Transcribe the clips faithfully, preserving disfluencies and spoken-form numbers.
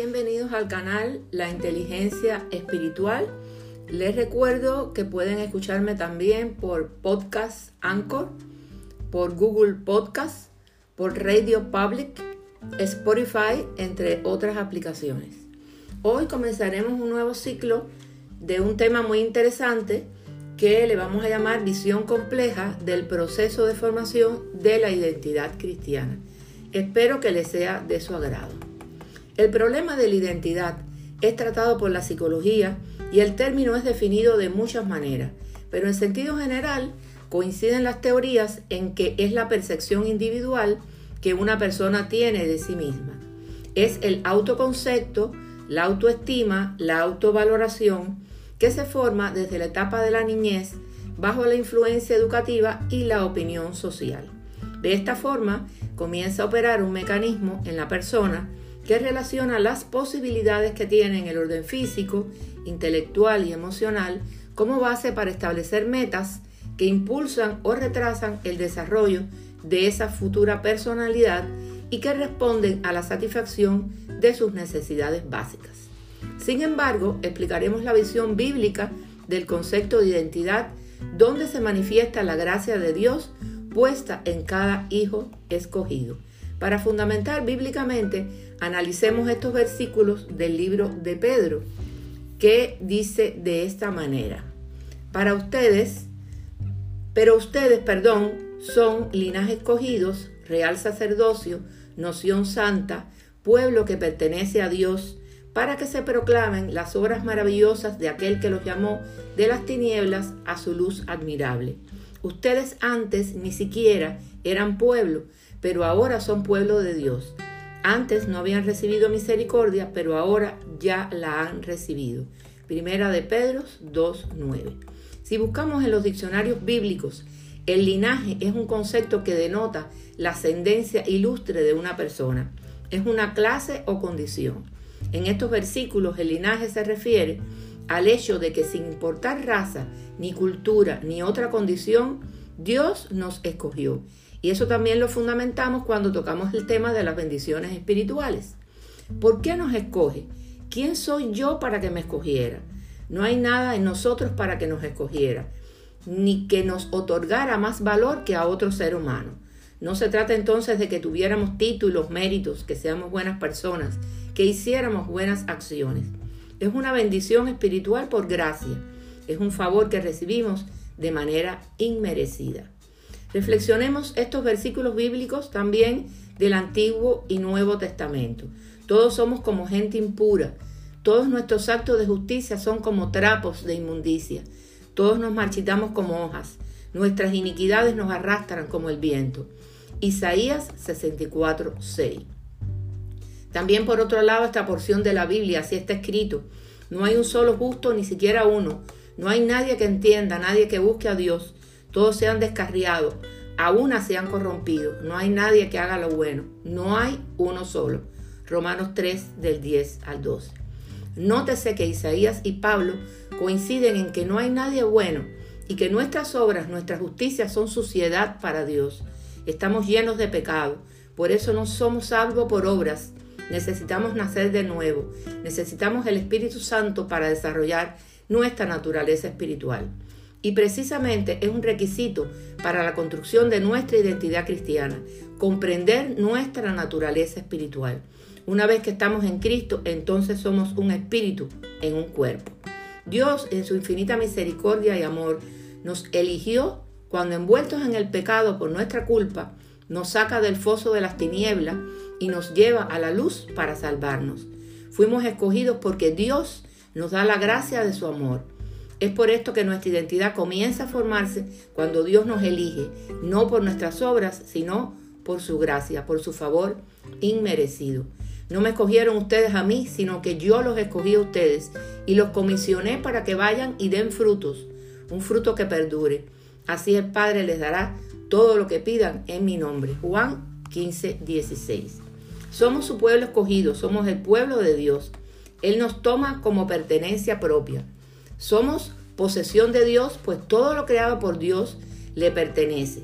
Bienvenidos al canal La Inteligencia Espiritual. Les recuerdo que pueden escucharme también por Podcast Anchor, por Google Podcast, por Radio Public, Spotify, entre otras aplicaciones. Hoy comenzaremos un nuevo ciclo de un tema muy interesante que le vamos a llamar Visión Compleja del proceso de formación de la identidad cristiana. Espero que les sea de su agrado. El problema de la identidad es tratado por la psicología y el término es definido de muchas maneras, pero en sentido general coinciden las teorías en que es la percepción individual que una persona tiene de sí misma. Es el autoconcepto, la autoestima, la autovaloración que se forma desde la etapa de la niñez bajo la influencia educativa y la opinión social. De esta forma comienza a operar un mecanismo en la persona que relaciona las posibilidades que tiene en el orden físico, intelectual y emocional como base para establecer metas que impulsan o retrasan el desarrollo de esa futura personalidad y que responden a la satisfacción de sus necesidades básicas. Sin embargo, explicaremos la visión bíblica del concepto de identidad, donde se manifiesta la gracia de Dios puesta en cada hijo escogido. Para fundamentar bíblicamente, analicemos estos versículos del libro de Pedro, que dice de esta manera: Para ustedes, pero ustedes, perdón, son linaje escogidos, real sacerdocio, nación santa, pueblo que pertenece a Dios, para que se proclamen las obras maravillosas de aquel que los llamó de las tinieblas a su luz admirable. Ustedes antes ni siquiera eran pueblo, pero ahora son pueblo de Dios. Antes no habían recibido misericordia, pero ahora ya la han recibido. Primera de Pedro dos nueve. Si buscamos en los diccionarios bíblicos, el linaje es un concepto que denota la ascendencia ilustre de una persona. Es una clase o condición. En estos versículos el linaje se refiere al hecho de que sin importar raza, ni cultura, ni otra condición, Dios nos escogió. Y eso también lo fundamentamos cuando tocamos el tema de las bendiciones espirituales. ¿Por qué nos escoge? ¿Quién soy yo para que me escogiera? No hay nada en nosotros para que nos escogiera, ni que nos otorgara más valor que a otro ser humano. No se trata entonces de que tuviéramos títulos, méritos, que seamos buenas personas, que hiciéramos buenas acciones. Es una bendición espiritual por gracia. Es un favor que recibimos de manera inmerecida. Reflexionemos estos versículos bíblicos también del Antiguo y Nuevo Testamento. Todos somos como gente impura. Todos nuestros actos de justicia son como trapos de inmundicia. Todos nos marchitamos como hojas. Nuestras iniquidades nos arrastran como el viento. Isaías sesenta y cuatro seis. También por otro lado, esta porción de la Biblia, así está escrito: no hay un solo justo, ni siquiera uno. No hay nadie que entienda, nadie que busque a Dios. Todos se han descarriado, a una se han corrompido. No hay nadie que haga lo bueno. No hay uno solo. Romanos tres, del diez al doce. Nótese que Isaías y Pablo coinciden en que no hay nadie bueno y que nuestras obras, nuestras justicias son suciedad para Dios. Estamos llenos de pecado. Por eso no somos salvos por obras. Necesitamos nacer de nuevo. Necesitamos el Espíritu Santo para desarrollar nuestra naturaleza espiritual. Y precisamente es un requisito para la construcción de nuestra identidad cristiana, comprender nuestra naturaleza espiritual. Una vez que estamos en Cristo, entonces somos un espíritu en un cuerpo. Dios, en su infinita misericordia y amor, nos eligió cuando, envueltos en el pecado por nuestra culpa, nos saca del foso de las tinieblas y nos lleva a la luz para salvarnos. Fuimos escogidos porque Dios nos da la gracia de su amor. Es por esto que nuestra identidad comienza a formarse cuando Dios nos elige, no por nuestras obras, sino por su gracia, por su favor inmerecido. No me escogieron ustedes a mí, sino que yo los escogí a ustedes y los comisioné para que vayan y den frutos, un fruto que perdure. Así el Padre les dará todo lo que pidan en mi nombre. Juan quince dieciséis. Somos su pueblo escogido, somos el pueblo de Dios. Él nos toma como pertenencia propia. Somos posesión de Dios, pues todo lo creado por Dios le pertenece.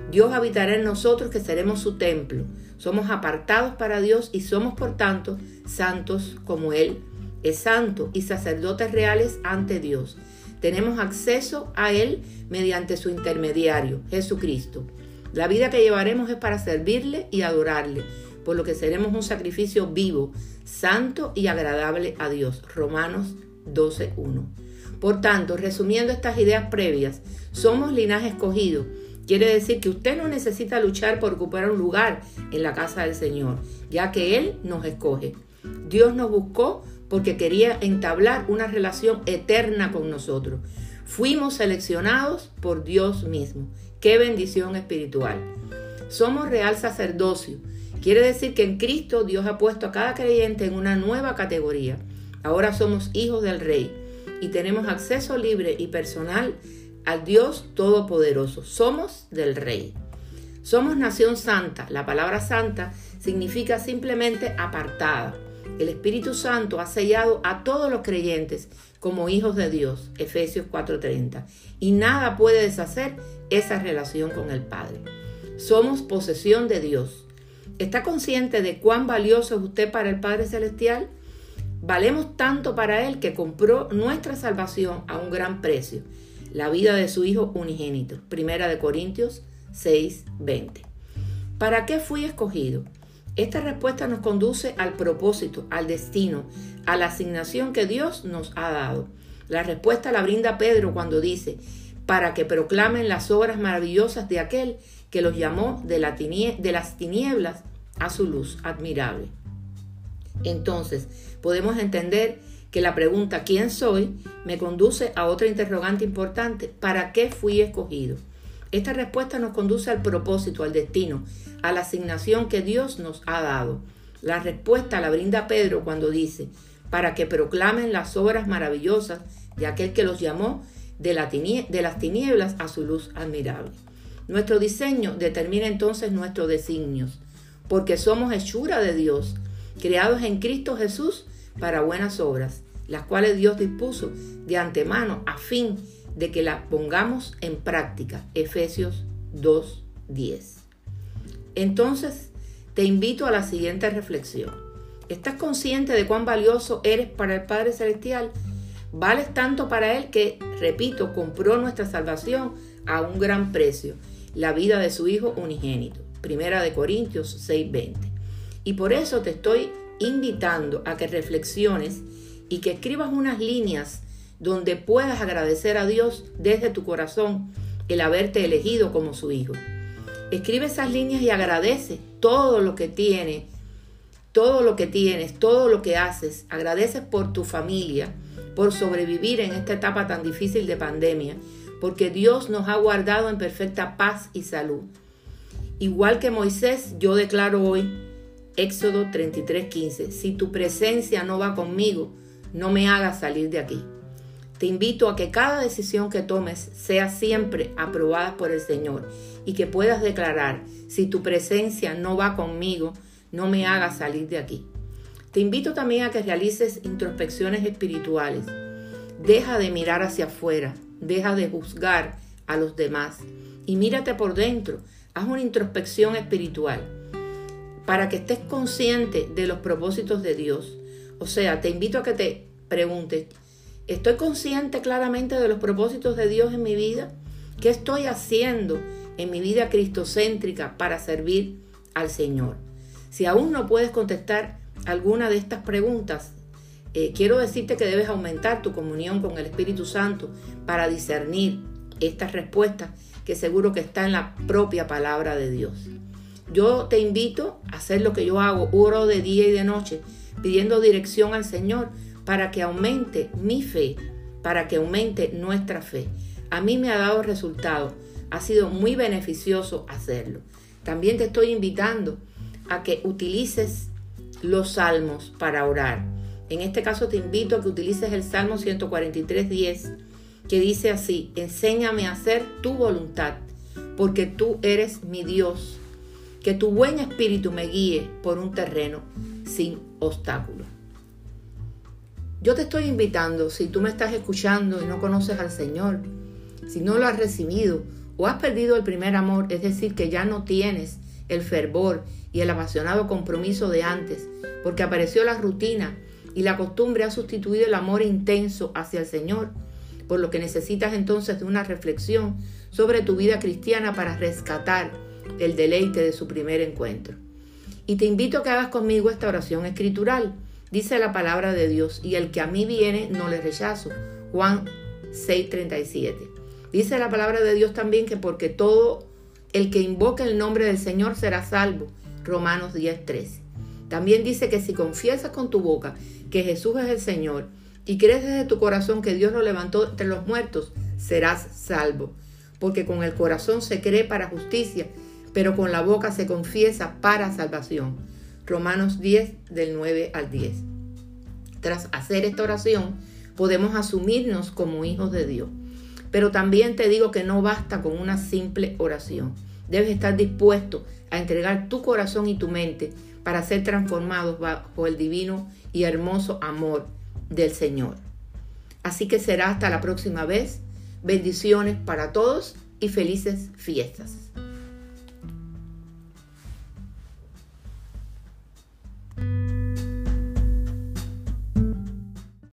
Dios habitará en nosotros, que seremos su templo. Somos apartados para Dios y somos, por tanto, santos como Él es santo, y sacerdotes reales ante Dios. Tenemos acceso a Él mediante su intermediario, Jesucristo. La vida que llevaremos es para servirle y adorarle, por lo que seremos un sacrificio vivo, santo y agradable a Dios. Romanos doce uno. Por tanto, resumiendo estas ideas previas, somos linaje escogido. Quiere decir que usted no necesita luchar por ocupar un lugar en la casa del Señor, ya que Él nos escoge. Dios nos buscó porque quería entablar una relación eterna con nosotros. Fuimos seleccionados por Dios mismo. ¡Qué bendición espiritual! Somos real sacerdocio. Quiere decir que en Cristo Dios ha puesto a cada creyente en una nueva categoría. Ahora somos hijos del Rey y tenemos acceso libre y personal al Dios Todopoderoso. Somos del Rey. Somos nación santa. La palabra santa significa simplemente apartada. El Espíritu Santo ha sellado a todos los creyentes como hijos de Dios, Efesios cuatro treinta, y nada puede deshacer esa relación con el Padre. Somos posesión de Dios. ¿Está consciente de cuán valioso es usted para el Padre Celestial? Valemos tanto para Él que compró nuestra salvación a un gran precio, la vida de su Hijo unigénito. Primera de Corintios seis veinte. ¿Para qué fui escogido? Esta respuesta nos conduce al propósito, al destino, a la asignación que Dios nos ha dado. La respuesta la brinda Pedro cuando dice, para que proclamen las obras maravillosas de aquel que los llamó de, la tinie- de las tinieblas a su luz admirable. Entonces, podemos entender que la pregunta ¿quién soy? Me conduce a otra interrogante importante, ¿para qué fui escogido? Esta respuesta nos conduce al propósito, al destino, a la asignación que Dios nos ha dado. La respuesta la brinda Pedro cuando dice, para que proclamen las obras maravillosas de aquel que los llamó de, la tinie- de las tinieblas a su luz admirable. Nuestro diseño determina entonces nuestros designios, porque somos hechura de Dios, creados en Cristo Jesús para buenas obras, las cuales Dios dispuso de antemano a fin de que las pongamos en práctica. Efesios dos diez. Entonces, te invito a la siguiente reflexión. ¿Estás consciente de cuán valioso eres para el Padre Celestial? Vales tanto para Él que, repito, compró nuestra salvación a un gran precio, la vida de su Hijo unigénito. Primera de Corintios seis veinte. Y por eso te estoy invitando a que reflexiones y que escribas unas líneas donde puedas agradecer a Dios desde tu corazón el haberte elegido como su hijo. Escribe esas líneas y agradece todo lo que tiene, todo lo que tienes, todo lo que haces. Agradeces por tu familia, por sobrevivir en esta etapa tan difícil de pandemia, porque Dios nos ha guardado en perfecta paz y salud. Igual que Moisés, yo declaro hoy, Éxodo treinta y tres quince, si tu presencia no va conmigo, no me hagas salir de aquí. Te invito a que cada decisión que tomes sea siempre aprobada por el Señor y que puedas declarar, si tu presencia no va conmigo, no me hagas salir de aquí. Te invito también a que realices introspecciones espirituales. Deja de mirar hacia afuera, deja de juzgar a los demás y mírate por dentro. Haz una introspección espiritual para que estés consciente de los propósitos de Dios. O sea, te invito a que te preguntes, ¿estoy consciente claramente de los propósitos de Dios en mi vida? ¿Qué estoy haciendo en mi vida cristocéntrica para servir al Señor? Si aún no puedes contestar alguna de estas preguntas, eh, quiero decirte que debes aumentar tu comunión con el Espíritu Santo para discernir estas respuestas que seguro que está en la propia palabra de Dios. Yo te invito a hacer lo que yo hago, oro de día y de noche, pidiendo dirección al Señor para que aumente mi fe, para que aumente nuestra fe. A mí me ha dado resultados, ha sido muy beneficioso hacerlo. También te estoy invitando a que utilices los salmos para orar. En este caso te invito a que utilices el Salmo ciento cuarenta y tres diez, que dice así, enséñame a hacer tu voluntad, porque tú eres mi Dios. Que tu buen espíritu me guíe por un terreno sin obstáculos. Yo te estoy invitando, si tú me estás escuchando y no conoces al Señor, si no lo has recibido o has perdido el primer amor, es decir, que ya no tienes el fervor y el apasionado compromiso de antes, porque apareció la rutina y la costumbre ha sustituido el amor intenso hacia el Señor, por lo que necesitas entonces de una reflexión sobre tu vida cristiana para rescatar el deleite de su primer encuentro. Y te invito a que hagas conmigo esta oración escritural. Dice la palabra de Dios: y el que a mí viene no le rechazo. Juan seis treinta y siete. Dice la palabra de Dios también que porque todo el que invoque el nombre del Señor será salvo. Romanos diez trece. También dice que si confiesas con tu boca que Jesús es el Señor y crees desde tu corazón que Dios lo levantó entre los muertos, serás salvo. Porque con el corazón se cree para justicia, pero con la boca se confiesa para salvación. Romanos diez, del nueve al diez. Tras hacer esta oración, podemos asumirnos como hijos de Dios. Pero también te digo que no basta con una simple oración. Debes estar dispuesto a entregar tu corazón y tu mente para ser transformados bajo el divino y hermoso amor del Señor. Así que será hasta la próxima vez. Bendiciones para todos y felices fiestas.